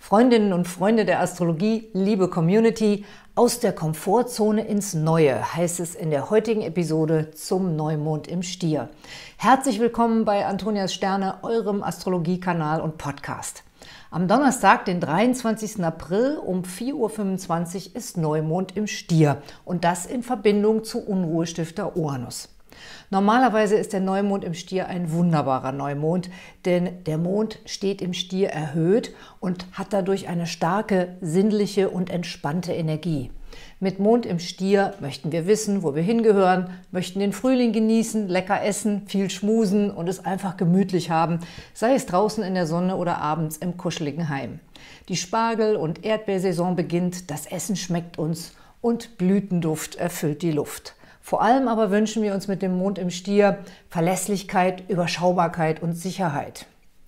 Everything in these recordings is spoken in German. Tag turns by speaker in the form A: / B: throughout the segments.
A: Freundinnen und Freunde der Astrologie, liebe Community, aus der Komfortzone ins Neue, heißt es in der heutigen Episode zum Neumond im Stier. Herzlich willkommen bei Antonias Sterne, eurem Astrologiekanal und Podcast. Am Donnerstag, den 23. April um 4:25 Uhr ist Neumond im Stier und das in Verbindung zu Unruhestifter Uranus. Normalerweise ist der Neumond im Stier ein wunderbarer Neumond, denn der Mond steht im Stier erhöht und hat dadurch eine starke, sinnliche und entspannte Energie. Mit Mond im Stier möchten wir wissen, wo wir hingehören, möchten den Frühling genießen, lecker essen, viel schmusen und es einfach gemütlich haben, sei es draußen in der Sonne oder abends im kuscheligen Heim. Die Spargel- und Erdbeersaison beginnt, das Essen schmeckt uns und Blütenduft erfüllt die Luft. Vor allem aber wünschen wir uns mit dem Mond im Stier Verlässlichkeit, Überschaubarkeit und Sicherheit.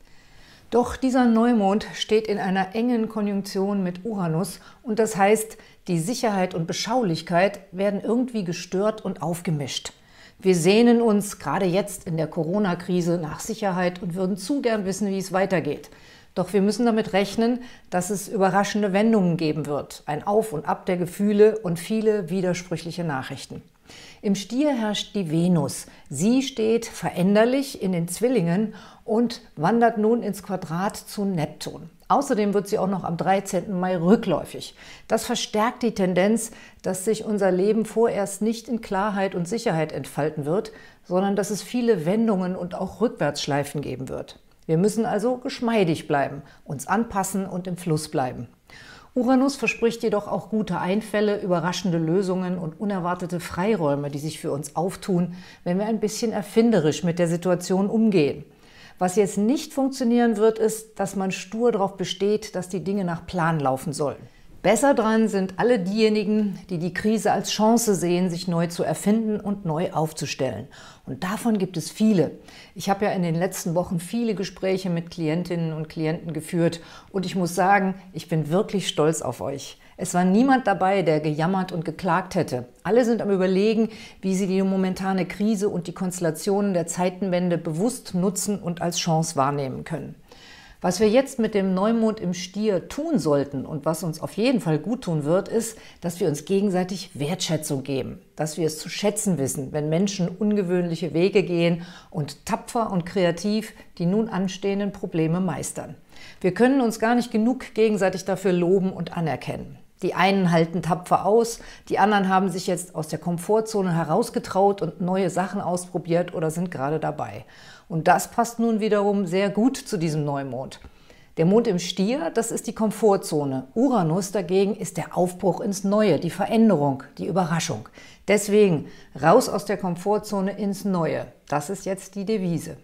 A: Doch dieser Neumond steht in einer engen Konjunktion mit Uranus und das heißt, die Sicherheit und Beschaulichkeit werden irgendwie gestört und aufgemischt. Wir sehnen uns gerade jetzt in der Corona-Krise nach Sicherheit und würden zu gern wissen, wie es weitergeht. Doch wir müssen damit rechnen, dass es überraschende Wendungen geben wird, ein Auf und Ab der Gefühle und viele widersprüchliche Nachrichten. Im Stier herrscht die Venus. Sie steht veränderlich in den Zwillingen und wandert nun ins Quadrat zu Neptun. Außerdem wird sie auch noch am 13. Mai rückläufig. Das verstärkt die Tendenz, dass sich unser Leben vorerst nicht in Klarheit und Sicherheit entfalten wird, sondern dass es viele Wendungen und auch Rückwärtsschleifen geben wird. Wir müssen also geschmeidig bleiben, uns anpassen und im Fluss bleiben. Uranus verspricht jedoch auch gute Einfälle, überraschende Lösungen und unerwartete Freiräume, die sich für uns auftun, wenn wir ein bisschen erfinderisch mit der Situation umgehen. Was jetzt nicht funktionieren wird, ist, dass man stur darauf besteht, dass die Dinge nach Plan laufen sollen. Besser dran sind alle diejenigen, die die Krise als Chance sehen, sich neu zu erfinden und neu aufzustellen. Und davon gibt es viele. Ich habe ja in den letzten Wochen viele Gespräche mit Klientinnen und Klienten geführt und ich muss sagen, ich bin wirklich stolz auf euch. Es war niemand dabei, der gejammert und geklagt hätte. Alle sind am Überlegen, wie sie die momentane Krise und die Konstellationen der Zeitenwende bewusst nutzen und als Chance wahrnehmen können. Was wir jetzt mit dem Neumond im Stier tun sollten und was uns auf jeden Fall gut tun wird, ist, dass wir uns gegenseitig Wertschätzung geben, dass wir es zu schätzen wissen, wenn Menschen ungewöhnliche Wege gehen und tapfer und kreativ die nun anstehenden Probleme meistern. Wir können uns gar nicht genug gegenseitig dafür loben und anerkennen. Die einen halten tapfer aus, die anderen haben sich jetzt aus der Komfortzone herausgetraut und neue Sachen ausprobiert oder sind gerade dabei. Und das passt nun wiederum sehr gut zu diesem Neumond. Der Mond im Stier, das ist die Komfortzone. Uranus dagegen ist der Aufbruch ins Neue, die Veränderung, die Überraschung. Deswegen raus aus der Komfortzone ins Neue. Das ist jetzt die Devise.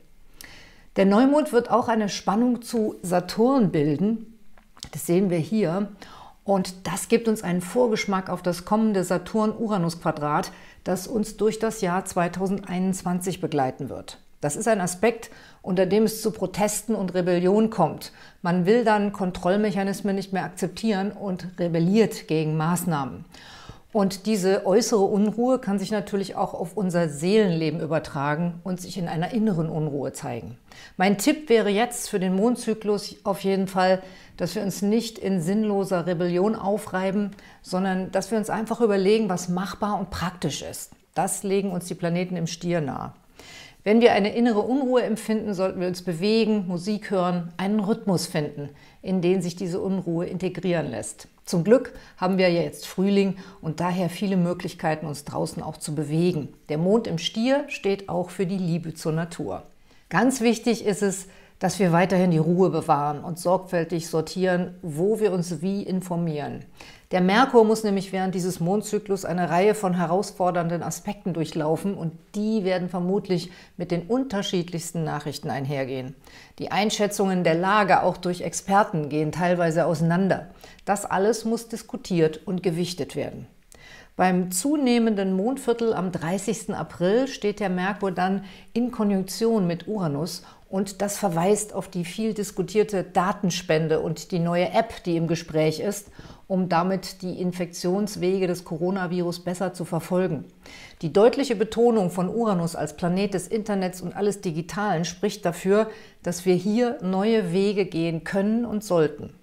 A: Der Neumond wird auch eine Spannung zu Saturn bilden. Das sehen wir hier. Und das gibt uns einen Vorgeschmack auf das kommende Saturn-Uranus-Quadrat, das uns durch das Jahr 2021 begleiten wird. Das ist ein Aspekt, unter dem es zu Protesten und Rebellion kommt. Man will dann Kontrollmechanismen nicht mehr akzeptieren und rebelliert gegen Maßnahmen. Und diese äußere Unruhe kann sich natürlich auch auf unser Seelenleben übertragen und sich in einer inneren Unruhe zeigen. Mein Tipp wäre jetzt für den Mondzyklus auf jeden Fall, dass wir uns nicht in sinnloser Rebellion aufreiben, sondern dass wir uns einfach überlegen, was machbar und praktisch ist. Das legen uns die Planeten im Stier nahe. Wenn wir eine innere Unruhe empfinden, sollten wir uns bewegen, Musik hören, einen Rhythmus finden, in den sich diese Unruhe integrieren lässt. Zum Glück haben wir ja jetzt Frühling und daher viele Möglichkeiten, uns draußen auch zu bewegen. Der Mond im Stier steht auch für die Liebe zur Natur. Ganz wichtig ist es, dass wir weiterhin die Ruhe bewahren und sorgfältig sortieren, wo wir uns wie informieren. Der Merkur muss nämlich während dieses Mondzyklus eine Reihe von herausfordernden Aspekten durchlaufen und die werden vermutlich mit den unterschiedlichsten Nachrichten einhergehen. Die Einschätzungen der Lage auch durch Experten gehen teilweise auseinander. Das alles muss diskutiert und gewichtet werden. Beim zunehmenden Mondviertel am 30. April steht der Merkur dann in Konjunktion mit Uranus und das verweist auf die viel diskutierte Datenspende und die neue App, die im Gespräch ist, um damit die Infektionswege des Coronavirus besser zu verfolgen. Die deutliche Betonung von Uranus als Planet des Internets und alles Digitalen spricht dafür, dass wir hier neue Wege gehen können und sollten.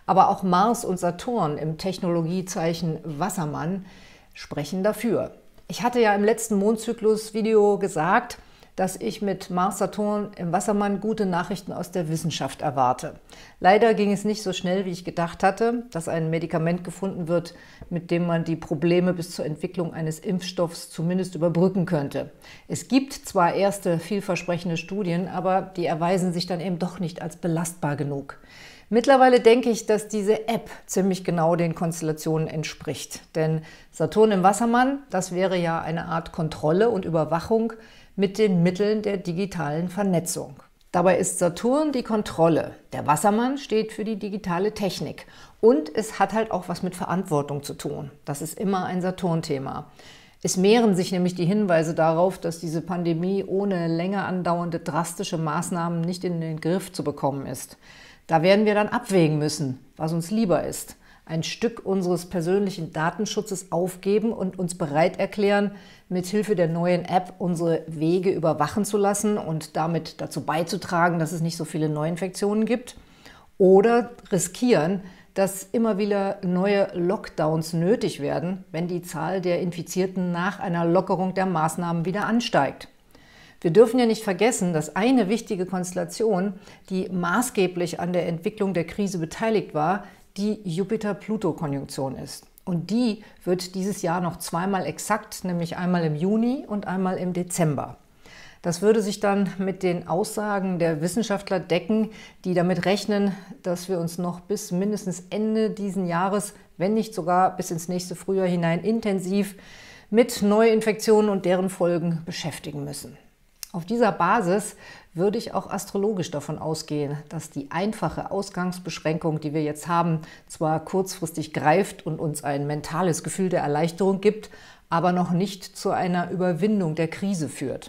A: Aber auch Mars und Saturn im Technologiezeichen Wassermann sprechen dafür. Ich hatte ja im letzten Mondzyklus-Video gesagt, dass ich mit Mars-Saturn im Wassermann gute Nachrichten aus der Wissenschaft erwarte. Leider ging es nicht so schnell, wie ich gedacht hatte, dass ein Medikament gefunden wird, mit dem man die Probleme bis zur Entwicklung eines Impfstoffs zumindest überbrücken könnte. Es gibt zwar erste vielversprechende Studien, aber die erweisen sich dann eben doch nicht als belastbar genug. Mittlerweile denke ich, dass diese App ziemlich genau den Konstellationen entspricht. Denn Saturn im Wassermann, das wäre ja eine Art Kontrolle und Überwachung mit den Mitteln der digitalen Vernetzung. Dabei ist Saturn die Kontrolle. Der Wassermann steht für die digitale Technik. Und es hat halt auch was mit Verantwortung zu tun. Das ist immer ein Saturn-Thema. Es mehren sich nämlich die Hinweise darauf, dass diese Pandemie ohne länger andauernde drastische Maßnahmen nicht in den Griff zu bekommen ist. Da werden wir dann abwägen müssen, was uns lieber ist. Ein Stück unseres persönlichen Datenschutzes aufgeben und uns bereit erklären, mithilfe der neuen App unsere Wege überwachen zu lassen und damit dazu beizutragen, dass es nicht so viele Neuinfektionen gibt. Oder riskieren, dass immer wieder neue Lockdowns nötig werden, wenn die Zahl der Infizierten nach einer Lockerung der Maßnahmen wieder ansteigt. Wir dürfen ja nicht vergessen, dass eine wichtige Konstellation, die maßgeblich an der Entwicklung der Krise beteiligt war, die Jupiter-Pluto-Konjunktion ist. Und die wird dieses Jahr noch zweimal exakt, nämlich einmal im Juni und einmal im Dezember. Das würde sich dann mit den Aussagen der Wissenschaftler decken, die damit rechnen, dass wir uns noch bis mindestens Ende diesen Jahres, wenn nicht sogar bis ins nächste Frühjahr hinein, intensiv mit Neuinfektionen und deren Folgen beschäftigen müssen. Auf dieser Basis würde ich auch astrologisch davon ausgehen, dass die einfache Ausgangsbeschränkung, die wir jetzt haben, zwar kurzfristig greift und uns ein mentales Gefühl der Erleichterung gibt, aber noch nicht zu einer Überwindung der Krise führt.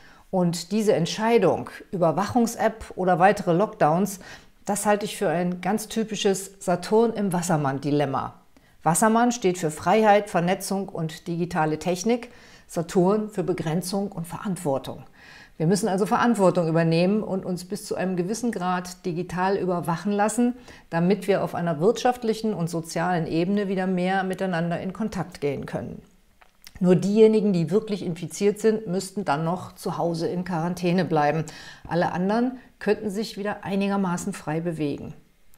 A: Und diese Entscheidung, Überwachungs-App oder weitere Lockdowns, das halte ich für ein ganz typisches Saturn im Wassermann-Dilemma. Wassermann steht für Freiheit, Vernetzung und digitale Technik, Saturn für Begrenzung und Verantwortung. Wir müssen also Verantwortung übernehmen und uns bis zu einem gewissen Grad digital überwachen lassen, damit wir auf einer wirtschaftlichen und sozialen Ebene wieder mehr miteinander in Kontakt gehen können. Nur diejenigen, die wirklich infiziert sind, müssten dann noch zu Hause in Quarantäne bleiben. Alle anderen könnten sich wieder einigermaßen frei bewegen.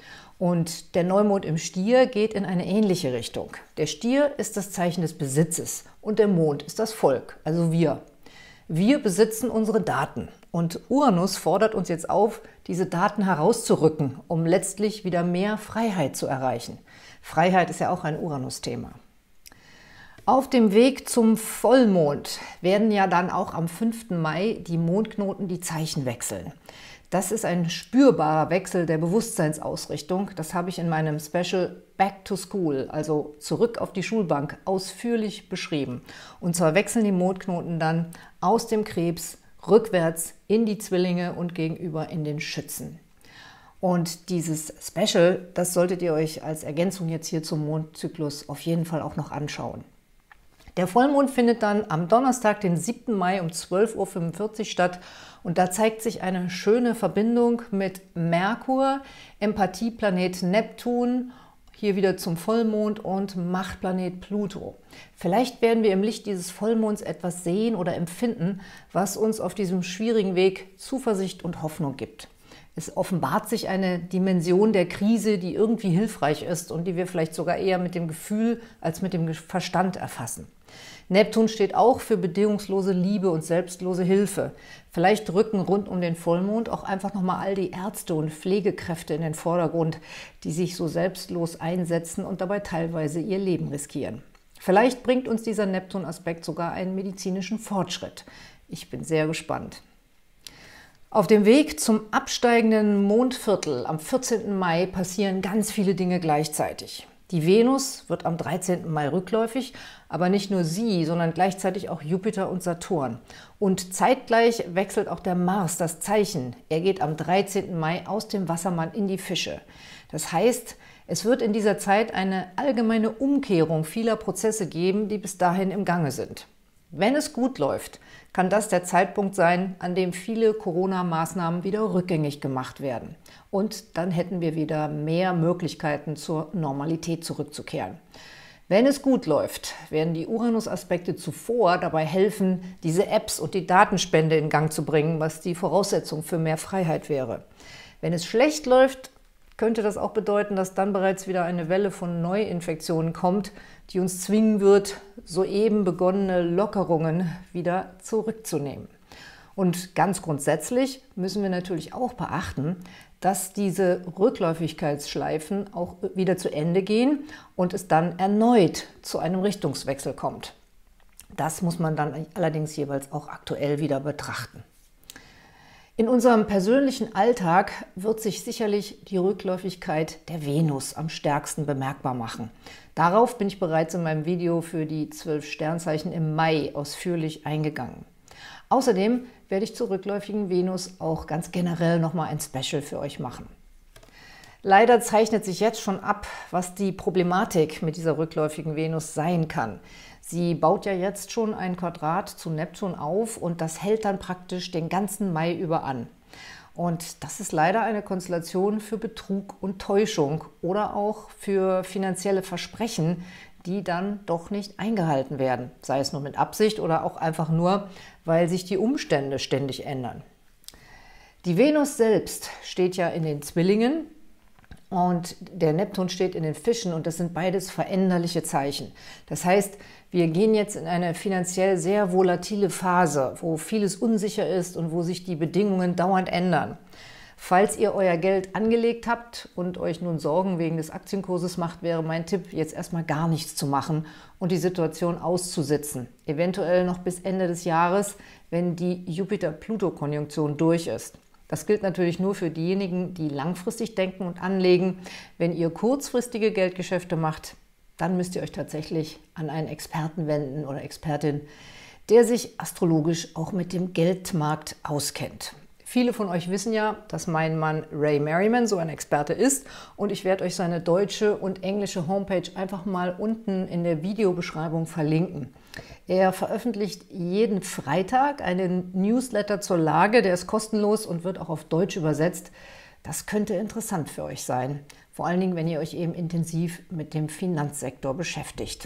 A: Und der Neumond im Stier geht in eine ähnliche Richtung. Der Stier ist das Zeichen des Besitzes und der Mond ist das Volk, also wir. Wir besitzen unsere Daten und Uranus fordert uns jetzt auf, diese Daten herauszurücken, um letztlich wieder mehr Freiheit zu erreichen. Freiheit ist ja auch ein Uranus-Thema. Auf dem Weg zum Vollmond werden ja dann auch am 5. Mai die Mondknoten die Zeichen wechseln. Das ist ein spürbarer Wechsel der Bewusstseinsausrichtung. Das habe ich in meinem Special Back to School, also zurück auf die Schulbank, ausführlich beschrieben. Und zwar wechseln die Mondknoten dann aus dem Krebs rückwärts in die Zwillinge und gegenüber in den Schützen. Und dieses Special, das solltet ihr euch als Ergänzung jetzt hier zum Mondzyklus auf jeden Fall auch noch anschauen. Der Vollmond findet dann am Donnerstag, den 7. Mai um 12:45 Uhr statt und da zeigt sich eine schöne Verbindung mit Merkur, Empathieplanet Neptun, hier wieder zum Vollmond und Machtplanet Pluto. Vielleicht werden wir im Licht dieses Vollmonds etwas sehen oder empfinden, was uns auf diesem schwierigen Weg Zuversicht und Hoffnung gibt. Es offenbart sich eine Dimension der Krise, die irgendwie hilfreich ist und die wir vielleicht sogar eher mit dem Gefühl als mit dem Verstand erfassen. Neptun steht auch für bedingungslose Liebe und selbstlose Hilfe. Vielleicht rücken rund um den Vollmond auch einfach nochmal all die Ärzte und Pflegekräfte in den Vordergrund, die sich so selbstlos einsetzen und dabei teilweise ihr Leben riskieren. Vielleicht bringt uns dieser Neptun-Aspekt sogar einen medizinischen Fortschritt. Ich bin sehr gespannt. Auf dem Weg zum absteigenden Mondviertel am 14. Mai passieren ganz viele Dinge gleichzeitig. Die Venus wird am 13. Mai rückläufig, aber nicht nur sie, sondern gleichzeitig auch Jupiter und Saturn. Und zeitgleich wechselt auch der Mars das Zeichen. Er geht am 13. Mai aus dem Wassermann in die Fische. Das heißt, es wird in dieser Zeit eine allgemeine Umkehrung vieler Prozesse geben, die bis dahin im Gange sind. Wenn es gut läuft, kann das der Zeitpunkt sein, an dem viele Corona-Maßnahmen wieder rückgängig gemacht werden. Und dann hätten wir wieder mehr Möglichkeiten, zur Normalität zurückzukehren. Wenn es gut läuft, werden die Uranus-Aspekte zuvor dabei helfen, diese Apps und die Datenspende in Gang zu bringen, was die Voraussetzung für mehr Freiheit wäre. Wenn es schlecht läuft, könnte das auch bedeuten, dass dann bereits wieder eine Welle von Neuinfektionen kommt, die uns zwingen wird, soeben begonnene Lockerungen wieder zurückzunehmen. Und ganz grundsätzlich müssen wir natürlich auch beachten, dass diese Rückläufigkeitsschleifen auch wieder zu Ende gehen und es dann erneut zu einem Richtungswechsel kommt. Das muss man dann allerdings jeweils auch aktuell wieder betrachten. In unserem persönlichen Alltag wird sich sicherlich die Rückläufigkeit der Venus am stärksten bemerkbar machen. Darauf bin ich bereits in meinem Video für die 12 Sternzeichen im Mai ausführlich eingegangen. Außerdem werde ich zur rückläufigen Venus auch ganz generell nochmal ein Special für euch machen. Leider zeichnet sich jetzt schon ab, was die Problematik mit dieser rückläufigen Venus sein kann. Sie baut ja jetzt schon ein Quadrat zu Neptun auf und das hält dann praktisch den ganzen Mai über an. Und das ist leider eine Konstellation für Betrug und Täuschung oder auch für finanzielle Versprechen, die dann doch nicht eingehalten werden, sei es nur mit Absicht oder auch einfach nur, weil sich die Umstände ständig ändern. Die Venus selbst steht ja in den Zwillingen und der Neptun steht in den Fischen und das sind beides veränderliche Zeichen. Das heißt, wir gehen jetzt in eine finanziell sehr volatile Phase, wo vieles unsicher ist und wo sich die Bedingungen dauernd ändern. Falls ihr euer Geld angelegt habt und euch nun Sorgen wegen des Aktienkurses macht, wäre mein Tipp, jetzt erstmal gar nichts zu machen und die Situation auszusitzen. Eventuell noch bis Ende des Jahres, wenn die Jupiter-Pluto-Konjunktion durch ist. Das gilt natürlich nur für diejenigen, die langfristig denken und anlegen. Wenn ihr kurzfristige Geldgeschäfte macht, dann müsst ihr euch tatsächlich an einen Experten wenden oder Expertin, der sich astrologisch auch mit dem Geldmarkt auskennt. Viele von euch wissen ja, dass mein Mann Ray Merriman so ein Experte ist und ich werde euch seine deutsche und englische Homepage einfach mal unten in der Videobeschreibung verlinken. Er veröffentlicht jeden Freitag einen Newsletter zur Lage, der ist kostenlos und wird auch auf Deutsch übersetzt. Das könnte interessant für euch sein, vor allen Dingen, wenn ihr euch eben intensiv mit dem Finanzsektor beschäftigt.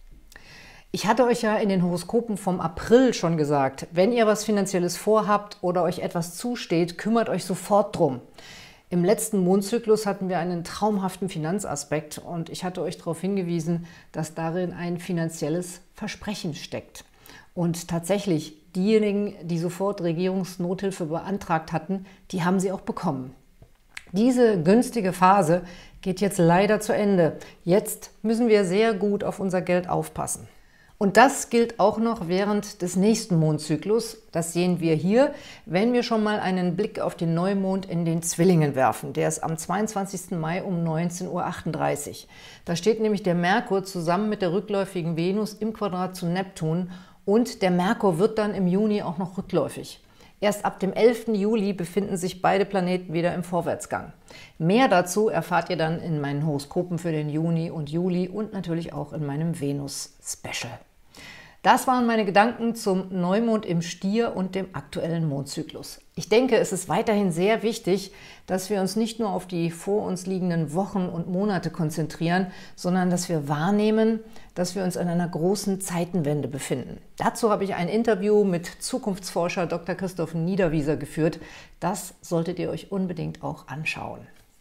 A: Ich hatte euch ja in den Horoskopen vom April schon gesagt, wenn ihr was Finanzielles vorhabt oder euch etwas zusteht, kümmert euch sofort drum. Im letzten Mondzyklus hatten wir einen traumhaften Finanzaspekt und ich hatte euch darauf hingewiesen, dass darin ein finanzielles Versprechen steckt. Und tatsächlich, diejenigen, die sofort Regierungsnothilfe beantragt hatten, die haben sie auch bekommen. Diese günstige Phase geht jetzt leider zu Ende. Jetzt müssen wir sehr gut auf unser Geld aufpassen. Und das gilt auch noch während des nächsten Mondzyklus. Das sehen wir hier, wenn wir schon mal einen Blick auf den Neumond in den Zwillingen werfen. Der ist am 22. Mai um 19:38 Uhr. Da steht nämlich der Merkur zusammen mit der rückläufigen Venus im Quadrat zu Neptun und der Merkur wird dann im Juni auch noch rückläufig. Erst ab dem 11. Juli befinden sich beide Planeten wieder im Vorwärtsgang. Mehr dazu erfahrt ihr dann in meinen Horoskopen für den Juni und Juli und natürlich auch in meinem Venus-Special. Das waren meine Gedanken zum Neumond im Stier und dem aktuellen Mondzyklus. Ich denke, es ist weiterhin sehr wichtig, dass wir uns nicht nur auf die vor uns liegenden Wochen und Monate konzentrieren, sondern dass wir wahrnehmen, dass wir uns in einer großen Zeitenwende befinden. Dazu habe ich ein Interview mit Zukunftsforscher Dr. Christoph Niederwieser geführt. Das solltet ihr euch unbedingt auch anschauen.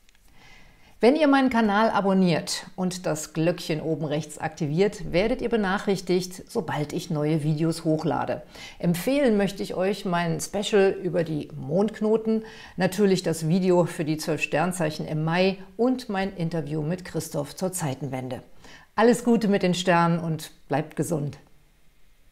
A: Wenn ihr meinen Kanal abonniert und das Glöckchen oben rechts aktiviert, werdet ihr benachrichtigt, sobald ich neue Videos hochlade. Empfehlen möchte ich euch mein Special über die Mondknoten, natürlich das Video für die 12 Sternzeichen im Mai und mein Interview mit Christoph zur Zeitenwende. Alles Gute mit den Sternen und bleibt gesund!